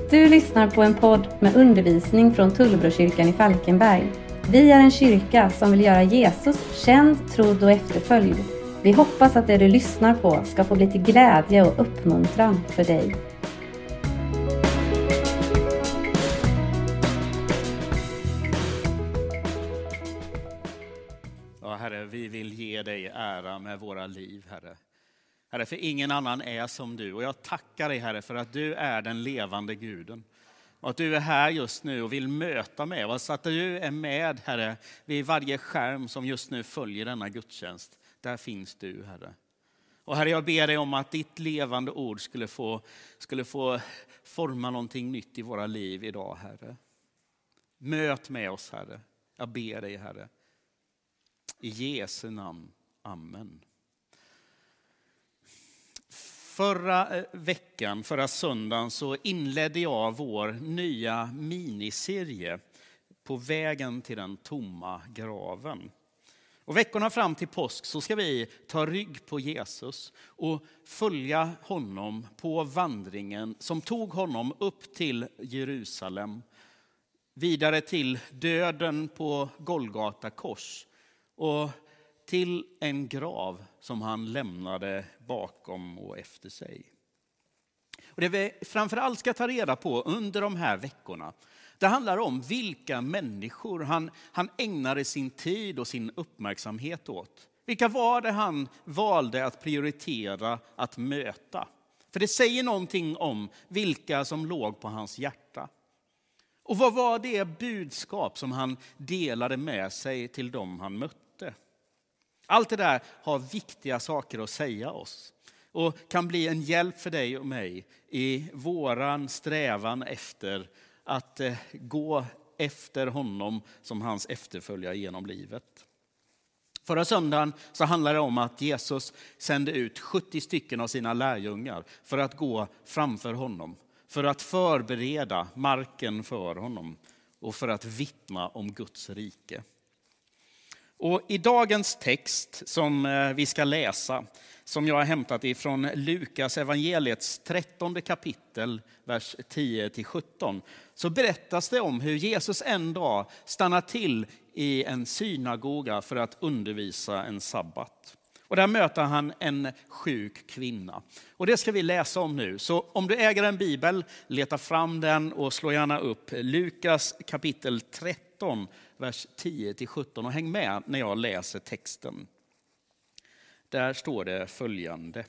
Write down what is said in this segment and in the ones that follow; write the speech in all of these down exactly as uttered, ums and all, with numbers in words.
Du lyssnar på en podd med undervisning från Tullbrokyrkan i Falkenberg. Vi är en kyrka som vill göra Jesus känd, trodd och efterföljd. Vi hoppas att det du lyssnar på ska få bli till glädje och uppmuntran för dig. Ja, Herre, vi vill ge dig ära med våra liv, Herre. Herre, för ingen annan är som du. Och jag tackar dig, Herre, för att du är den levande Guden. Och att du är här just nu och vill möta med oss. Att du är med, Herre, vid varje skärm som just nu följer denna gudstjänst. Där finns du, Herre. Och Herre, jag ber dig om att ditt levande ord skulle få, skulle få forma någonting nytt i våra liv idag, Herre. Möt med oss, Herre. Jag ber dig, Herre. I Jesu namn. Amen. Förra veckan, förra söndagen, så inledde jag vår nya miniserie På vägen till den tomma graven. Och veckorna fram till påsk så ska vi ta rygg på Jesus och följa honom på vandringen som tog honom upp till Jerusalem. Vidare till döden på Golgata kors och till en grav som han lämnade bakom och efter sig. Och det vi framförallt ska ta reda på under de här veckorna, det handlar om vilka människor han, han ägnade sin tid och sin uppmärksamhet åt. Vilka var det han valde att prioritera att möta? För det säger någonting om vilka som låg på hans hjärta. Och vad var det budskap som han delade med sig till dem han mötte? Allt det där har viktiga saker att säga oss och kan bli en hjälp för dig och mig i våran strävan efter att gå efter honom som hans efterföljare genom livet. Förra söndagen så handlade det om att Jesus sände ut sjuttio stycken av sina lärjungar för att gå framför honom. För att förbereda marken för honom och för att vittna om Guds rike. Och i dagens text som vi ska läsa, som jag har hämtat ifrån Lukas evangeliets trettonde kapitel, vers tio till sjutton, så berättas det om hur Jesus en dag stannar till i en synagoga för att undervisa en sabbat. Och där möter han en sjuk kvinna. Och det ska vi läsa om nu. Så om du äger en bibel, leta fram den och slå gärna upp Lukas kapitel tretton, vers tio till sjutton. Och häng med när jag läser texten. Där står det följande.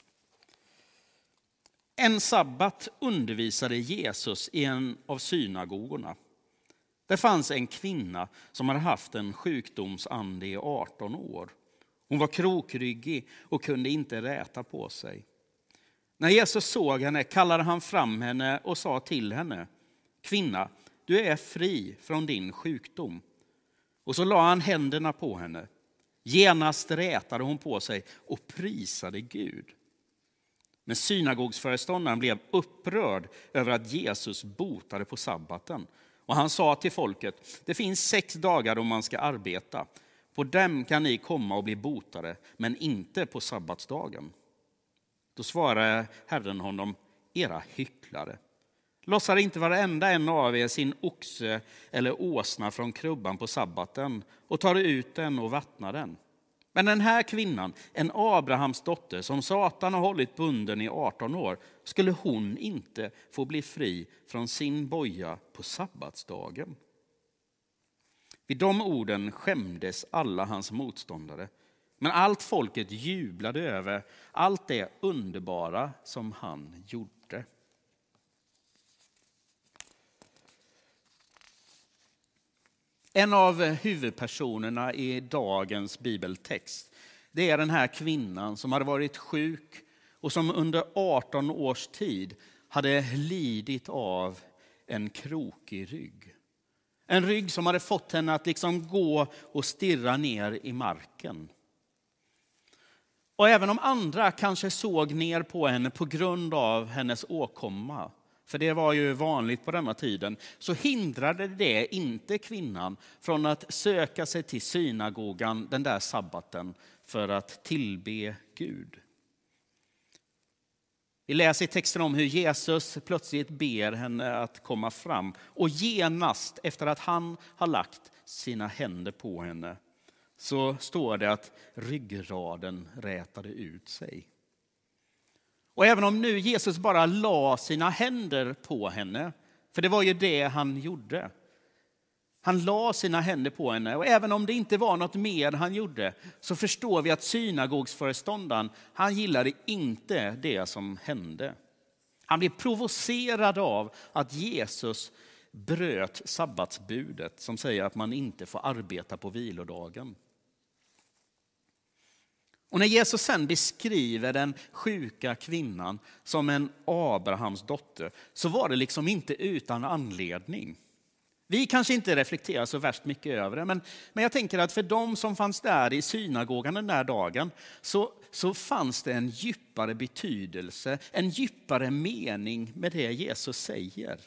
En sabbat undervisade Jesus i en av synagogorna. Det fanns en kvinna som hade haft en sjukdomsande i arton år. Hon var krokryggig och kunde inte räta på sig. När Jesus såg henne kallade han fram henne och sa till henne: Kvinna, du är fri från din sjukdom. Och så la han händerna på henne. Genast rätade hon på sig och prisade Gud. Men synagogsföreståndaren blev upprörd över att Jesus botade på sabbaten. Och han sa till folket: det finns sex dagar då man ska arbeta. På dem kan ni komma och bli botade, men inte på sabbatsdagen. Då svarade Herren honom: era hycklare. Lossar inte varenda en av er sin oxe eller åsna från krubban på sabbaten och tar ut den och vattnar den. Men den här kvinnan, en Abrahams dotter som Satan har hållit bunden i arton år, skulle hon inte få bli fri från sin boja på sabbatsdagen? Vid de orden skämdes alla hans motståndare. Men allt folket jublade över allt det underbara som han gjorde. En av huvudpersonerna i dagens bibeltext, det är den här kvinnan som hade varit sjuk och som under arton års tid hade lidit av en krokig rygg. En rygg som hade fått henne att liksom gå och stirra ner i marken. Och även om andra kanske såg ner på henne på grund av hennes åkomma, för det var ju vanligt på denna tiden, så hindrade det inte kvinnan från att söka sig till synagogan den där sabbaten för att tillbe Gud. Vi läser i texten om hur Jesus plötsligt ber henne att komma fram. Och genast efter att han har lagt sina händer på henne så står det att ryggraden rätade ut sig. Och även om nu Jesus bara la sina händer på henne, för det var ju det han gjorde. Han la sina händer på henne och även om det inte var något mer han gjorde så förstår vi att synagogsföreståndaren, han gillade inte det som hände. Han blev provocerad av att Jesus bröt sabbatsbudet som säger att man inte får arbeta på vilodagen. Och när Jesus sen beskriver den sjuka kvinnan som en Abrahams dotter så var det liksom inte utan anledning. Vi kanske inte reflekterar så värst mycket över det, men, men jag tänker att för de som fanns där i synagogan den där dagen så, så fanns det en djupare betydelse, en djupare mening med det Jesus säger.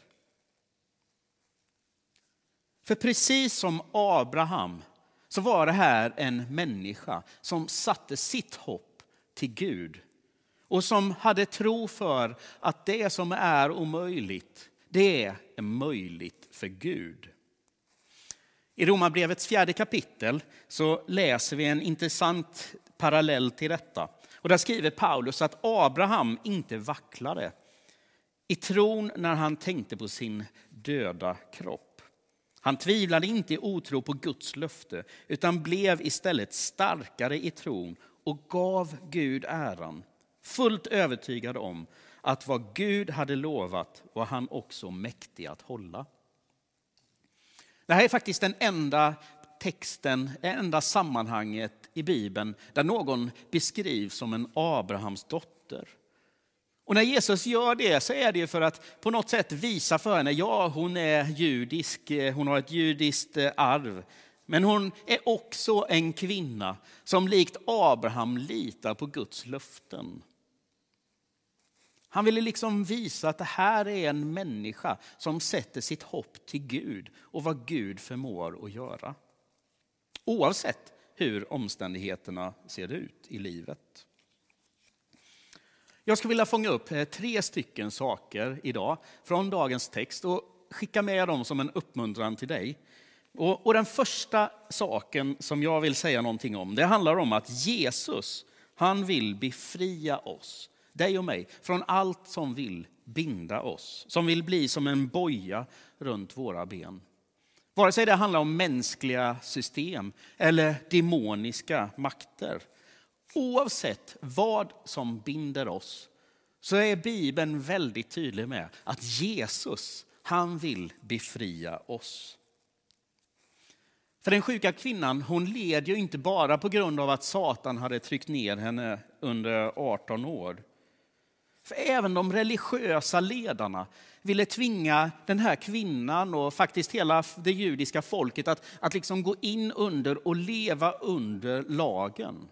För precis som Abraham så var det här en människa som satte sitt hopp till Gud och som hade tro för att det som är omöjligt, det är möjligt för Gud. I Romarbrevets fjärde kapitel så läser vi en intressant parallell till detta. Och där skriver Paulus att Abraham inte vacklade i tron när han tänkte på sin döda kropp. Han tvivlade inte i otro på Guds löfte utan blev istället starkare i tron och gav Gud äran. Fullt övertygad om att vad Gud hade lovat var han också mäktig att hålla. Det här är faktiskt den enda texten, det enda sammanhanget i Bibeln där någon beskrivs som en Abrahams dotter. Och när Jesus gör det så är det för att på något sätt visa för henne, ja hon är judisk, hon har ett judiskt arv. Men hon är också en kvinna som likt Abraham litar på Guds löften. Han ville liksom visa att det här är en människa som sätter sitt hopp till Gud och vad Gud förmår att göra. Oavsett hur omständigheterna ser ut i livet. Jag skulle vilja fånga upp tre stycken saker idag från dagens text och skicka med dem som en uppmuntran till dig. Och, och den första saken som jag vill säga någonting om, det handlar om att Jesus, han vill befria oss, dig och mig, från allt som vill binda oss. Som vill bli som en boja runt våra ben. Vare sig det handlar om mänskliga system eller demoniska makter. Oavsett vad som binder oss så är Bibeln väldigt tydlig med att Jesus, han vill befria oss. För den sjuka kvinnan, hon led ju inte bara på grund av att Satan hade tryckt ner henne under arton år. För även de religiösa ledarna ville tvinga den här kvinnan och faktiskt hela det judiska folket att, att liksom gå in under och leva under lagen.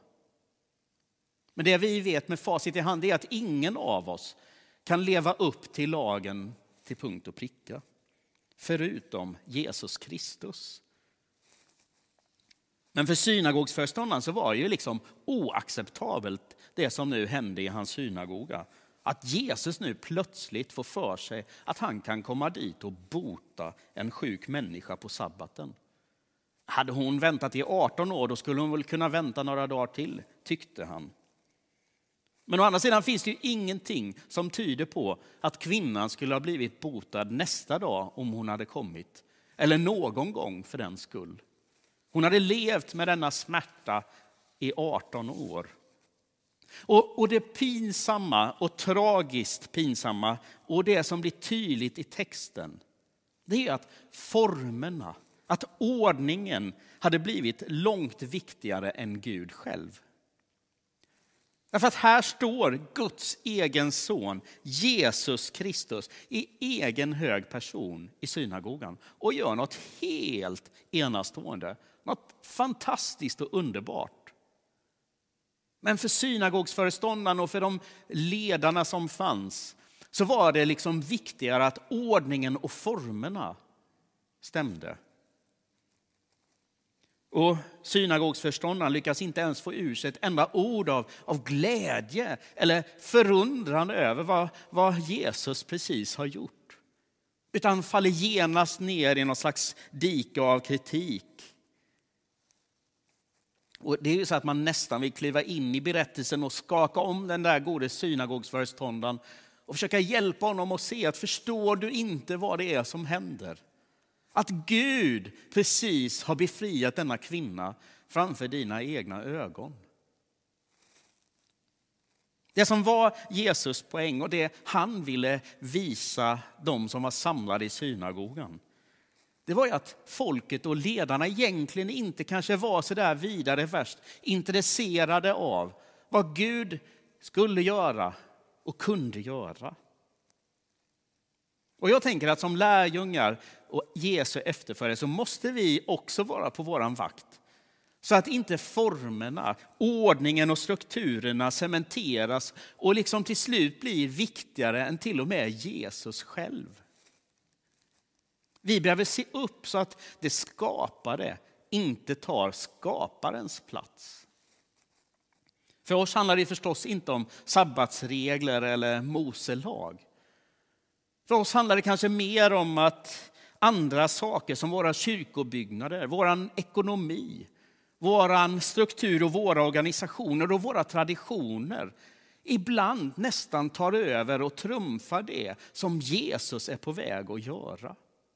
Men det vi vet med facit i hand är att ingen av oss kan leva upp till lagen till punkt och pricka. Förutom Jesus Kristus. Men för synagogsföreståndaren så var det ju liksom oacceptabelt det som nu hände i hans synagoga. Att Jesus nu plötsligt får för sig att han kan komma dit och bota en sjuk människa på sabbaten. Hade hon väntat i arton år då skulle hon väl kunna vänta några dagar till, tyckte han. Men å andra sidan finns det ju ingenting som tyder på att kvinnan skulle ha blivit botad nästa dag om hon hade kommit. Eller någon gång för den skull. Hon hade levt med denna smärta i arton år. Och, och det pinsamma och tragiskt pinsamma och det som blir tydligt i texten, det är att formerna, att ordningen hade blivit långt viktigare än Gud själv. Därför att här står Guds egen son, Jesus Kristus, i egen hög person i synagogan och gör något helt enastående, något fantastiskt och underbart. Men för synagogsföreståndaren och för de ledarna som fanns så var det liksom viktigare att ordningen och formerna stämde. Och synagogsförståndaren lyckas inte ens få ur sig ett enda ord av, av glädje eller förundran över vad, vad Jesus precis har gjort. Utan faller genast ner i någon slags dike av kritik. Och det är ju så att man nästan vill kliva in i berättelsen och skaka om den där gode synagogsföreståndaren och försöka hjälpa honom att se att förstår du inte vad det är som händer? Att Gud precis har befriat denna kvinna framför dina egna ögon. Det som var Jesus poäng och det han ville visa de som var samlade i synagogan. Det var ju att folket och ledarna egentligen inte kanske var så där vidare värst intresserade av vad Gud skulle göra och kunde göra. Och jag tänker att som lärjungar och Jesu efterföljare så måste vi också vara på våran vakt. Så att inte formerna, ordningen och strukturerna cementeras och liksom till slut blir viktigare än till och med Jesus själv. Vi behöver se upp så att det skapade inte tar skaparens plats. För oss handlar det förstås inte om sabbatsregler eller Moselag. För oss handlar det kanske mer om att andra saker som våra kyrkobyggnader, våran ekonomi, våran struktur och våra organisationer och våra traditioner ibland nästan tar över och trumfar det som Jesus är på väg att göra.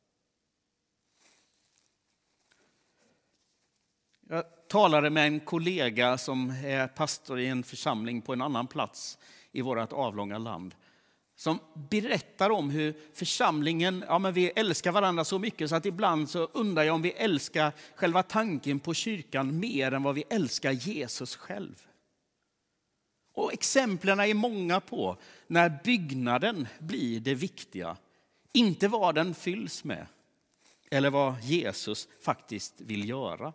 Jag talade med en kollega som är pastor i en församling på en annan plats i vårt avlånga land. Som berättar om hur församlingen, ja men vi älskar varandra så mycket så att ibland så undrar jag om vi älskar själva tanken på kyrkan mer än vad vi älskar Jesus själv. Och exemplen är många på när byggnaden blir det viktiga. Inte vad den fylls med eller vad Jesus faktiskt vill göra.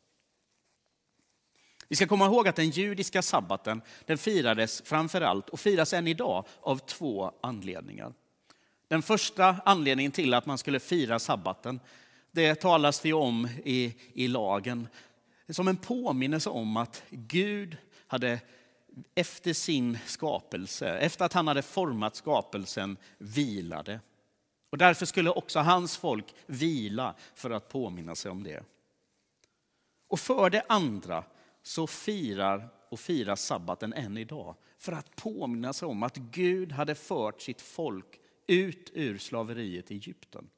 Vi ska komma ihåg att den judiska sabbaten den firades framförallt och firas än idag av två anledningar. Den första anledningen till att man skulle fira sabbaten, det talas det om i, i lagen som en påminnelse om att Gud hade efter sin skapelse, efter att han hade format skapelsen, vilade. Och därför skulle också hans folk vila för att påminna sig om det. Och för det andra så firar och firar sabbaten än idag för att påminna sig om att Gud hade fört sitt folk ut ur slaveriet i Egypten.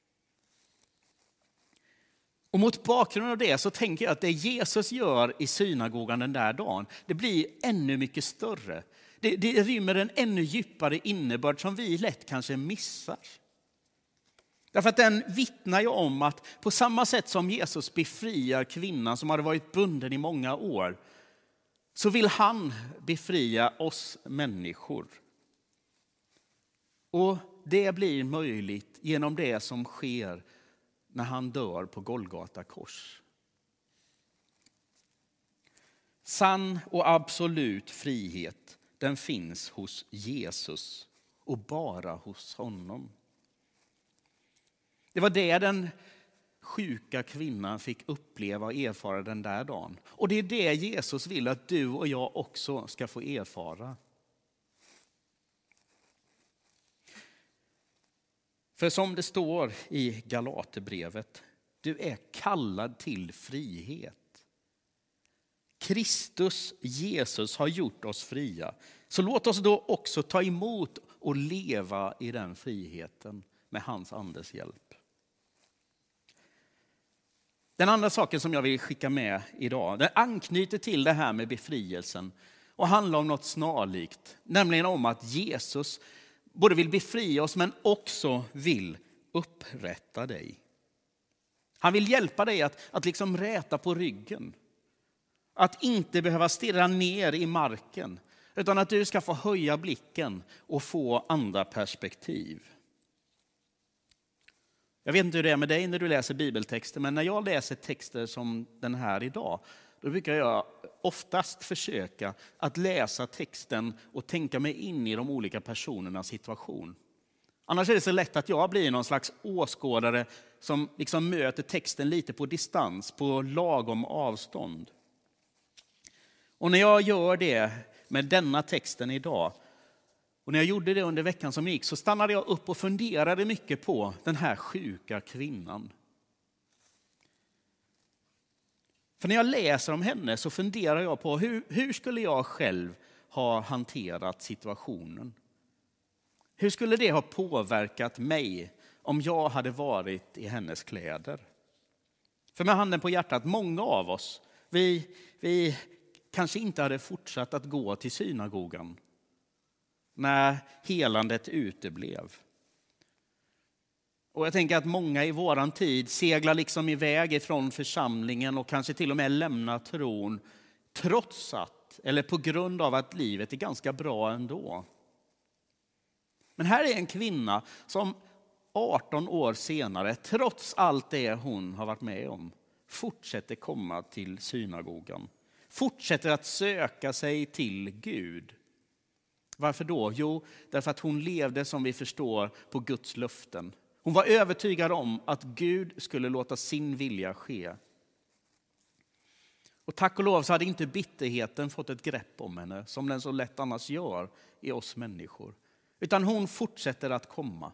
Och mot bakgrund av det så tänker jag att det Jesus gör i synagogan den där dagen, det blir ännu mycket större. Det, det rymmer en ännu djupare innebörd som vi lätt kanske missar. Därför att den vittnar ju om att på samma sätt som Jesus befriar kvinnan som hade varit bunden i många år, så vill han befria oss människor. Och det blir möjligt genom det som sker när han dör på Golgata kors. Sann och absolut frihet, den finns hos Jesus och bara hos honom. Det var det den sjuka kvinnan fick uppleva och erfara den där dagen. Och det är det Jesus vill att du och jag också ska få erfara. För som det står i Galaterbrevet, du är kallad till frihet. Kristus, Jesus, har gjort oss fria. Så låt oss då också ta emot och leva i den friheten med hans andes hjälp. Den andra saken som jag vill skicka med idag, den anknyter till det här med befrielsen och handlar om något snarlikt. Nämligen om att Jesus både vill befria oss men också vill upprätta dig. Han vill hjälpa dig att, att liksom räta på ryggen. Att inte behöva stirra ner i marken utan att du ska få höja blicken och få andra perspektiv. Jag vet inte hur det är med dig när du läser bibeltexter, men när jag läser texter som den här idag, då brukar jag oftast försöka att läsa texten och tänka mig in i de olika personernas situation. Annars är det så lätt att jag blir någon slags åskådare som liksom möter texten lite på distans, på lagom avstånd. Och när jag gör det med denna texten idag, och när jag gjorde det under veckan som gick, så stannade jag upp och funderade mycket på den här sjuka kvinnan. För när jag läser om henne så funderar jag på hur, hur skulle jag själv ha hanterat situationen? Hur skulle det ha påverkat mig om jag hade varit i hennes kläder? För med handen på hjärtat, många av oss, vi, vi kanske inte hade fortsatt att gå till synagogan när helandet uteblev. Och jag tänker att många i våran tid seglar liksom iväg ifrån församlingen och kanske till och med lämnar tron trots att, eller på grund av att livet är ganska bra ändå. Men här är en kvinna som arton år senare, trots allt det hon har varit med om, fortsätter komma till synagogan. Fortsätter att söka sig till Gud. Varför då? Jo, därför att hon levde, som vi förstår, på Guds löften. Hon var övertygad om att Gud skulle låta sin vilja ske. Och tack och lov så hade inte bitterheten fått ett grepp om henne, som den så lätt annars gör i oss människor. Utan hon fortsätter att komma.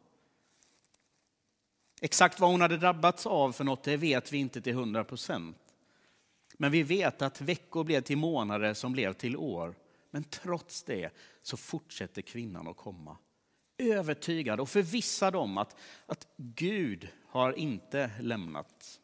Exakt vad hon hade drabbats av för något, det vet vi inte till hundra procent. Men vi vet att veckor blev till månader som blev till år. Men trots det så fortsätter kvinnan att komma. Övertygad och förvissad om att, att Gud har inte lämnat.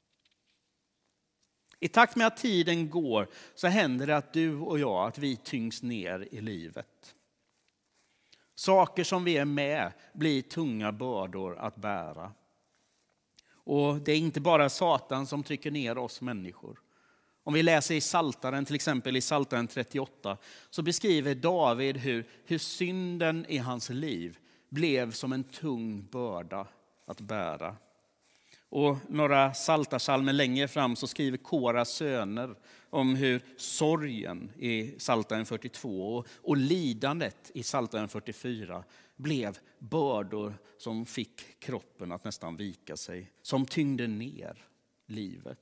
I takt med att tiden går så händer det att du och jag, att vi tyngs ner i livet. Saker som vi är med blir tunga bördor att bära. Och det är inte bara Satan som trycker ner oss människor. Om vi läser i Psaltaren, till exempel i Psaltaren trettioåtta, så beskriver David hur, hur synden i hans liv blev som en tung börda att bära. Och några psaltarpsalmer längre fram så skriver Koras söner om hur sorgen i Psaltaren fyrtiotvå och, och lidandet i Psaltaren fyrtiofyra blev bördor som fick kroppen att nästan vika sig, som tyngde ner livet.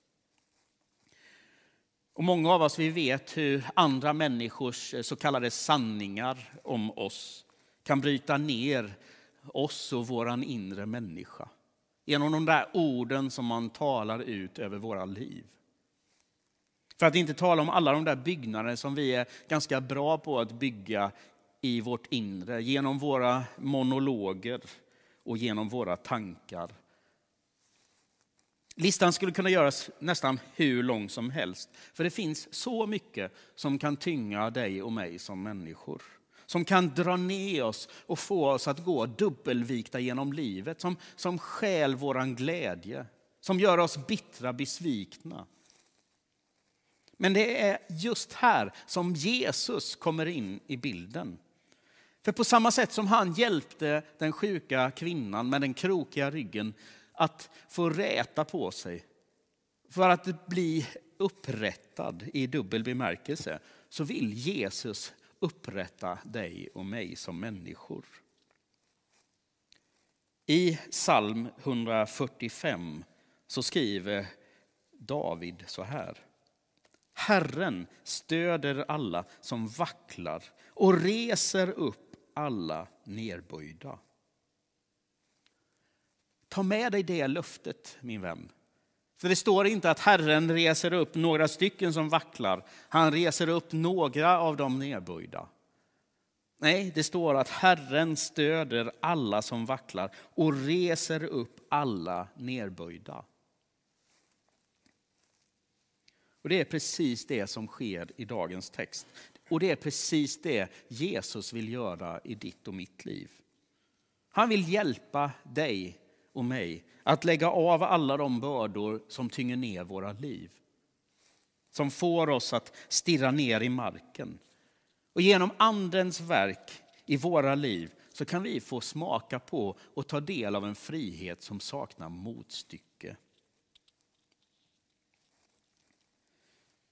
Och många av oss, vi vet hur andra människors så kallade sanningar om oss kan bryta ner oss och våran inre människa. Genom de där orden som man talar ut över våra liv. För att inte tala om alla de där byggnader som vi är ganska bra på att bygga i vårt inre. Genom våra monologer och genom våra tankar. Listan skulle kunna göras nästan hur lång som helst. För det finns så mycket som kan tynga dig och mig som människor. Som kan dra ner oss och få oss att gå dubbelvikta genom livet. Som, som stjäl våran glädje. Som gör oss bittra, besvikna. Men det är just här som Jesus kommer in i bilden. För på samma sätt som han hjälpte den sjuka kvinnan med den krokiga ryggen att få räta på sig för att bli upprättad i dubbel bemärkelse, så vill Jesus upprätta dig och mig som människor. I psalm hundrafyrtiofem så skriver David så här: Herren stöder alla som vacklar och reser upp alla nerböjda. Ta med dig det löftet, min vän. För det står inte att Herren reser upp några stycken som vacklar. Han reser upp några av de nerböjda. Nej, det står att Herren stöder alla som vacklar och reser upp alla nerböjda. Och det är precis det som sker i dagens text. Och det är precis det Jesus vill göra i ditt och mitt liv. Han vill hjälpa dig och mig att lägga av alla de bördor som tynger ner våra liv. Som får oss att stirra ner i marken. Och genom andens verk i våra liv så kan vi få smaka på och ta del av en frihet som saknar motstycke.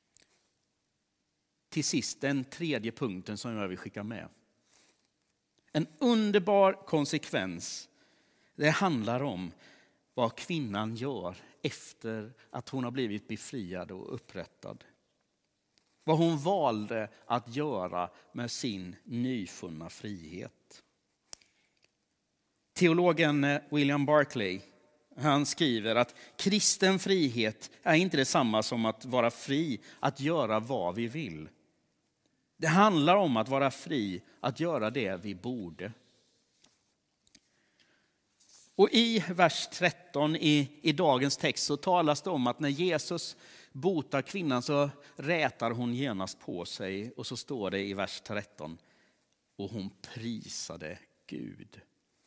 Till sist, den tredje punkten som jag vill skicka med. En underbar konsekvens. Det handlar om vad kvinnan gör efter att hon har blivit befriad och upprättad. Vad hon valde att göra med sin nyfunna frihet. Teologen William Barclay, han skriver att kristen frihet är inte detsamma som att vara fri att göra vad vi vill. Det handlar om att vara fri att göra det vi borde. Och i vers tretton i, i dagens text så talas det om att när Jesus botar kvinnan så rätar hon genast på sig. Och så står det i vers tretton. Och hon prisade Gud.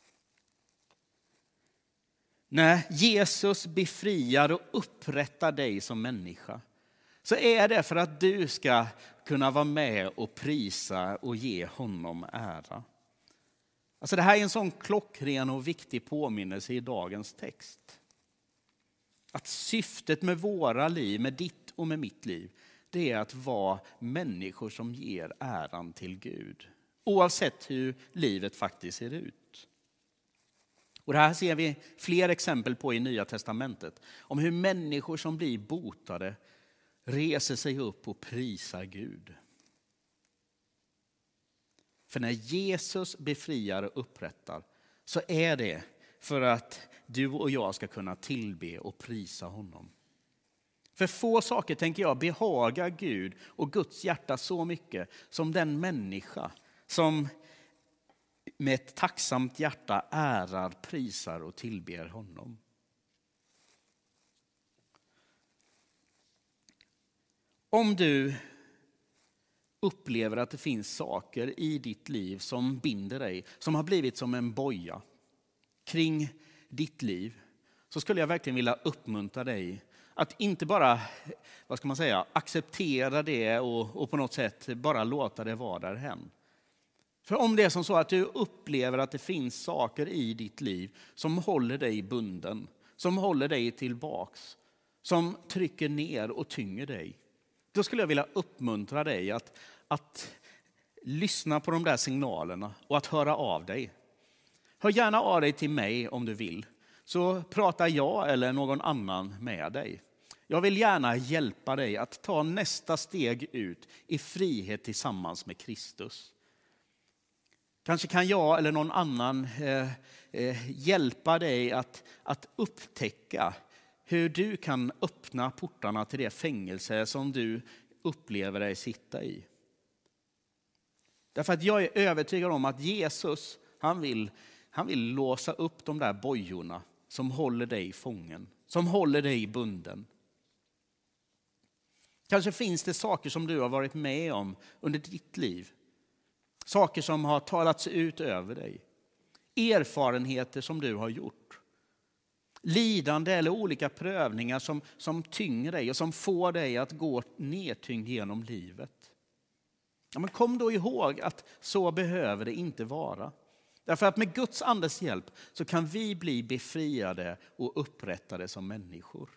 När Jesus befriar och upprättar dig som människa så är det för att du ska kunna vara med och prisa och ge honom ära. Alltså det här är en sån klockren och viktig påminnelse i dagens text. Att syftet med våra liv, med ditt och med mitt liv, det är att vara människor som ger äran till Gud. Oavsett hur livet faktiskt ser ut. Och det här ser vi fler exempel på i Nya testamentet. Om hur människor som blir botade reser sig upp och prisar Gud. För när Jesus befriar och upprättar så är det för att du och jag ska kunna tillbe och prisa honom. För få saker tänker jag behagar Gud och Guds hjärta så mycket som den människa som med ett tacksamt hjärta ärar, prisar och tillber honom. Om du upplever att det finns saker i ditt liv som binder dig, som har blivit som en boja kring ditt liv, så skulle jag verkligen vilja uppmuntra dig att inte bara, vad ska man säga, acceptera det och, och på något sätt bara låta det vara därhen. För om det är som så att du upplever att det finns saker i ditt liv som håller dig bunden, som håller dig tillbaks, som trycker ner och tynger dig, då skulle jag vilja uppmuntra dig att, att lyssna på de där signalerna och att höra av dig. Hör gärna av dig till mig om du vill, så pratar jag eller någon annan med dig. Jag vill gärna hjälpa dig att ta nästa steg ut i frihet tillsammans med Kristus. Kanske kan jag eller någon annan eh, eh, hjälpa dig att, att upptäcka hur du kan öppna portarna till det fängelse som du upplever dig sitta i. Därför att jag är övertygad om att Jesus, han vill, han vill låsa upp de där bojorna som håller dig fången, som håller dig bunden. Kanske finns det saker som du har varit med om under ditt liv. Saker som har talats ut över dig. Erfarenheter som du har gjort. Lidande eller olika prövningar som, som tynger dig och som får dig att gå nedtyngd genom livet. Ja, men kom då ihåg att så behöver det inte vara. Därför att med Guds andes hjälp så kan vi bli befriade och upprättade som människor.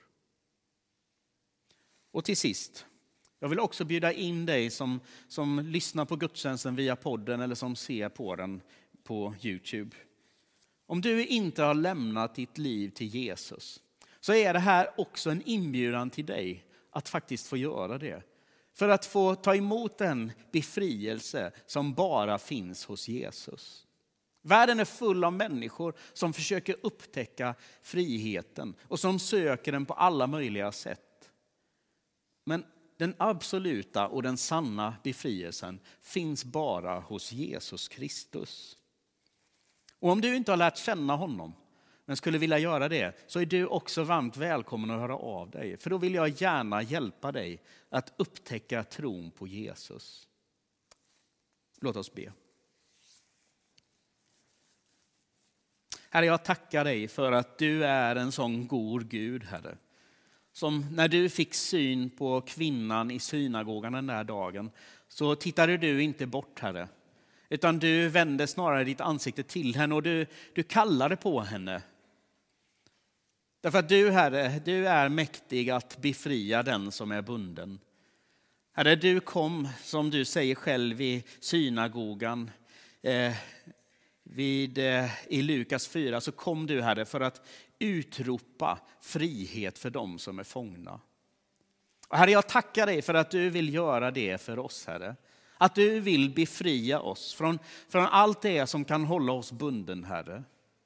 Och till sist, jag vill också bjuda in dig som, som lyssnar på gudstjänsten via podden eller som ser på den på YouTube. Om du inte har lämnat ditt liv till Jesus så är det här också en inbjudan till dig att faktiskt få göra det. För att få ta emot den befrielse som bara finns hos Jesus. Världen är full av människor som försöker upptäcka friheten och som söker den på alla möjliga sätt. Men den absoluta och den sanna befrielsen finns bara hos Jesus Kristus. Och om du inte har lärt känna honom men skulle vilja göra det, så är du också varmt välkommen att höra av dig. För då vill jag gärna hjälpa dig att upptäcka tron på Jesus. Låt oss be. Herre, jag tackar dig för att du är en sån god Gud, Herre. Som när du fick syn på kvinnan i synagogan den där dagen, så tittade du inte bort, Herre. Utan du vände snarare ditt ansikte till henne och du, du kallade på henne. Därför att du, Herre, du är mäktig att befria den som är bunden. Herre, du kom, som du säger själv i synagogan, eh, vid, i Lukas fyra så kom du, Herre, för att utropa frihet för dem som är fångna. Och Herre, jag tackar dig för att du vill göra det för oss, Herre. Att du vill befria oss från, från allt det som kan hålla oss bunden, Herre.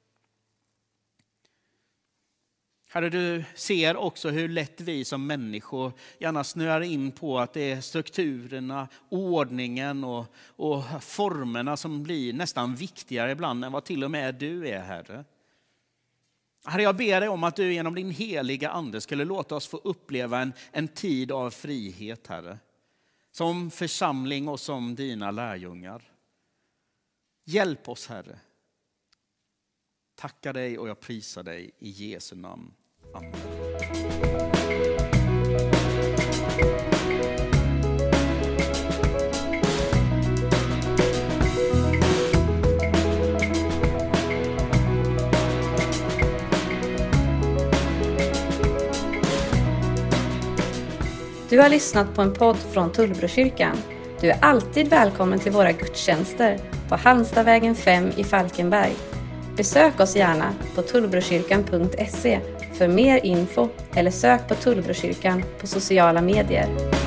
Herre, du ser också hur lätt vi som människor gärna snöar in på att det är strukturerna, ordningen och, och formerna som blir nästan viktigare ibland än vad till och med du är, Herre. Herre, jag ber dig om att du genom din heliga ande skulle låta oss få uppleva en, en tid av frihet, Herre. Som församling och som dina lärjungar. Hjälp oss, Herre. Tackar dig och jag prisar dig i Jesu namn. Amen. Du har lyssnat på en podd från Tullbrokyrkan. Du är alltid välkommen till våra gudstjänster på Halmstadvägen fem i Falkenberg. Besök oss gärna på tullbrokyrkan punkt se för mer info eller sök på Tullbrokyrkan på sociala medier.